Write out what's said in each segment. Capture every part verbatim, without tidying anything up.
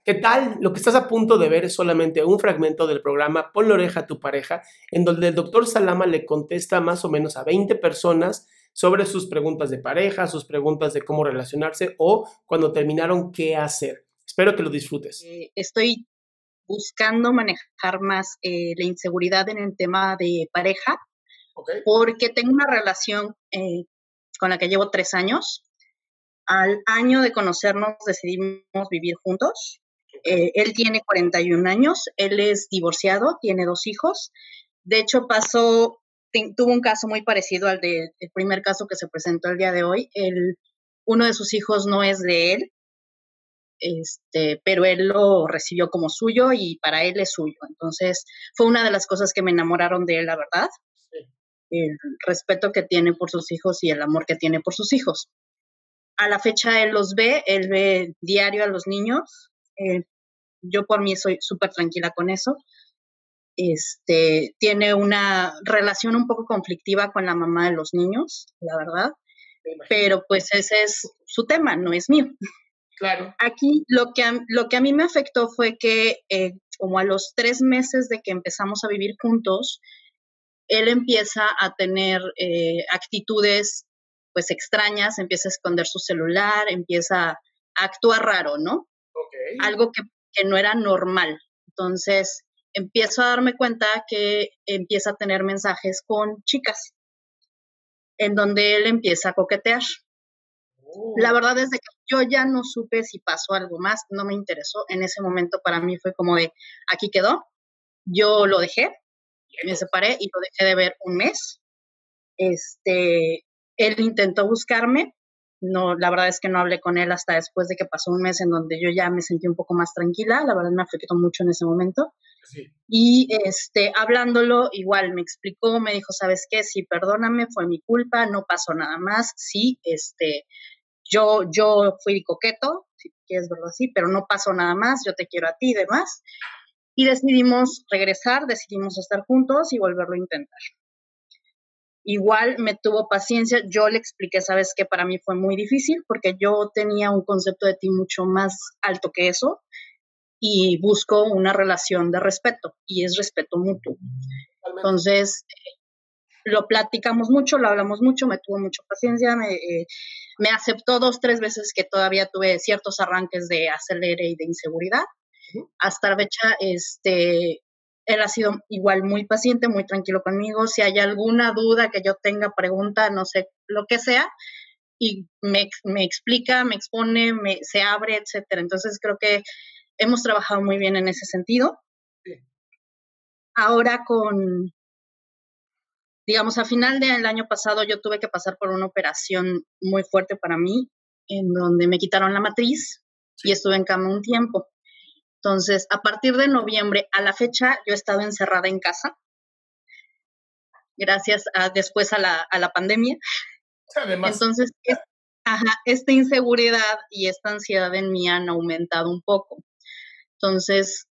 ¿Qué tal? Lo que estás a punto de ver es solamente un fragmento del programa Ponle oreja a tu pareja, en donde el doctor Salama le contesta más o menos a veinte personas sobre sus preguntas de pareja, sus preguntas de cómo relacionarse o cuando terminaron qué hacer. Espero que lo disfrutes. Eh, estoy buscando manejar más eh, la inseguridad en el tema de pareja, Okay. porque tengo una relación eh, con la que llevo tres años. Al año de conocernos decidimos vivir juntos. Eh, él tiene cuarenta y un años, él es divorciado, tiene dos hijos. De hecho, pasó, te, tuvo un caso muy parecido al del de, primer caso que se presentó el día de hoy. El, uno de sus hijos no es de él, este, pero él lo recibió como suyo y para él es suyo. Entonces, fue una de las cosas que me enamoraron de él, la verdad. Sí. El respeto que tiene por sus hijos y el amor que tiene por sus hijos. A la fecha él los ve, él ve diario a los niños. Eh, yo por mí soy súper tranquila con eso. Este, tiene una relación un poco conflictiva con la mamá de los niños, la verdad. Pero pues ese es su tema, no es mío. Claro. Aquí lo que a, lo que a mí me afectó fue que eh, como a los tres meses de que empezamos a vivir juntos, él empieza a tener eh, actitudes pues extrañas, empieza a esconder su celular, empieza a actuar raro, ¿no? Okay. Algo que, que no era normal. Entonces empiezo a darme cuenta que empieza a tener mensajes con chicas, en donde él empieza a coquetear. Oh. La verdad es de que yo ya no supe si pasó algo más, no me interesó. En ese momento para mí fue como de, aquí quedó, yo lo dejé, me separé y lo dejé de ver un mes. Este, él intentó buscarme, no, la verdad es que no hablé con él hasta después de que pasó un mes en donde yo ya me sentí un poco más tranquila, la verdad me afectó mucho en ese momento. Sí. Y este, hablándolo, igual me explicó, me dijo, ¿sabes qué? Sí, perdóname, fue mi culpa, no pasó nada más, sí, este, yo, yo fui coqueto, si quieres verlo así, pero no pasó nada más, yo te quiero a ti y demás. Y decidimos regresar, decidimos estar juntos y volverlo a intentar. Igual me tuvo paciencia, yo le expliqué, sabes que para mí fue muy difícil porque yo tenía un concepto de ti mucho más alto que eso y busco una relación de respeto y es respeto mutuo. Entonces, eh, lo platicamos mucho, lo hablamos mucho, me tuvo mucha paciencia, me, eh, me aceptó dos, tres veces que todavía tuve ciertos arranques de acelere y de inseguridad. Uh-huh. Hasta la fecha, este... él ha sido igual muy paciente, muy tranquilo conmigo. Si hay alguna duda que yo tenga, pregunta, no sé, lo que sea, y me, me explica, me expone, me, se abre, etcétera. Entonces creo que hemos trabajado muy bien en ese sentido. Sí. Ahora con, digamos, a final del año pasado yo tuve que pasar por una operación muy fuerte para mí, en donde me quitaron la matriz. Sí. Y estuve en cama un tiempo. Entonces, a partir de noviembre a la fecha, yo he estado encerrada en casa, gracias a, después a la, a la pandemia. Además. Entonces, es, ajá, esta inseguridad y esta ansiedad en mí han aumentado un poco. Entonces,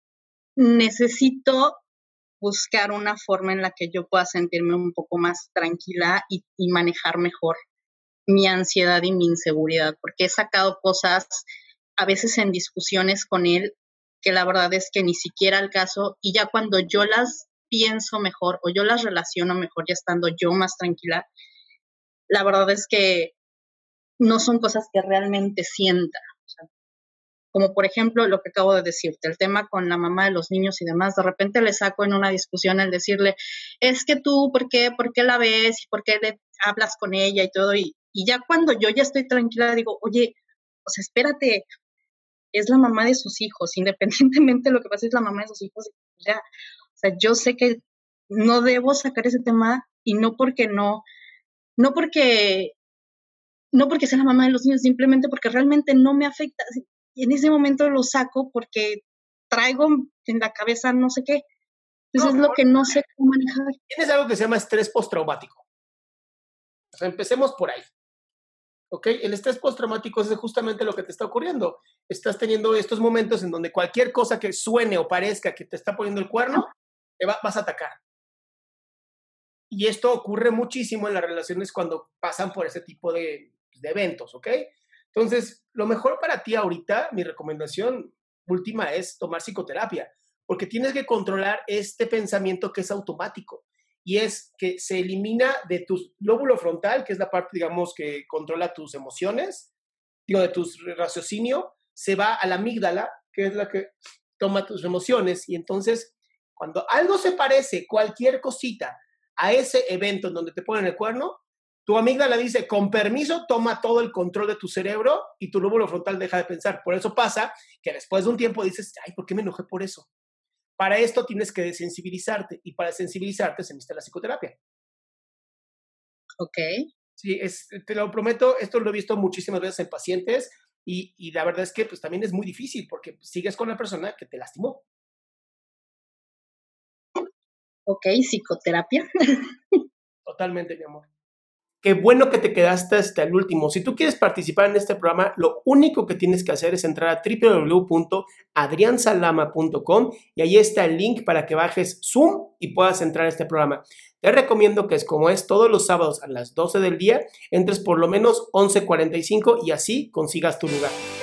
necesito buscar una forma en la que yo pueda sentirme un poco más tranquila y, y manejar mejor mi ansiedad y mi inseguridad, porque he sacado cosas a veces en discusiones con él que la verdad es que ni siquiera al caso, y ya cuando yo las pienso mejor o yo las relaciono mejor ya estando yo más tranquila, la verdad es que no son cosas que realmente sienta. O sea, como por ejemplo lo que acabo de decirte, el tema con la mamá de los niños y demás, de repente le saco en una discusión el decirle, es que tú, ¿por qué, por qué la ves? ¿Y por qué le hablas con ella y todo? Y, y ya cuando yo ya estoy tranquila digo, oye, o sea, espérate, es la mamá de sus hijos, independientemente de lo que pase, es la mamá de sus hijos. Ya, o sea, yo sé que no debo sacar ese tema y no porque no, no porque, no porque sea la mamá de los niños, simplemente porque realmente no me afecta. Y en ese momento lo saco porque traigo en la cabeza no sé qué. Entonces no, es lo que no sé cómo manejar. Tienes algo que se llama estrés postraumático. O sea, empecemos por ahí. ¿Ok? El estrés postraumático es justamente lo que te está ocurriendo. Estás teniendo estos momentos en donde cualquier cosa que suene o parezca que te está poniendo el cuerno, te va, vas a atacar. Y esto ocurre muchísimo en las relaciones cuando pasan por ese tipo de, de eventos, ¿ok? Entonces, lo mejor para ti ahorita, mi recomendación, última es tomar psicoterapia, porque tienes que controlar este pensamiento que es automático y es que se elimina de tu lóbulo frontal, que es la parte, digamos, que controla tus emociones, digo, de tu raciocinio, se va a la amígdala, que es la que toma tus emociones, y entonces cuando algo se parece, cualquier cosita, a ese evento en donde te ponen el cuerno, tu amígdala dice, con permiso, toma todo el control de tu cerebro y tu lóbulo frontal deja de pensar. Por eso pasa que después de un tiempo dices, ay, ¿por qué me enojé por eso? Para esto tienes que desensibilizarte y para sensibilizarte se necesita la psicoterapia. Ok. Sí, es, te lo prometo, esto lo he visto muchísimas veces en pacientes y, y la verdad es que pues, también es muy difícil porque sigues con la persona que te lastimó. Ok, psicoterapia. Totalmente, mi amor. Qué bueno que te quedaste hasta el último. Si tú quieres participar en este programa, lo único que tienes que hacer es entrar a w w w punto adrian salama punto com y ahí está el link para que bajes Zoom y puedas entrar a este programa. Te recomiendo que es como es todos los sábados a las doce del día, entres por lo menos once cuarenta y cinco y así consigas tu lugar.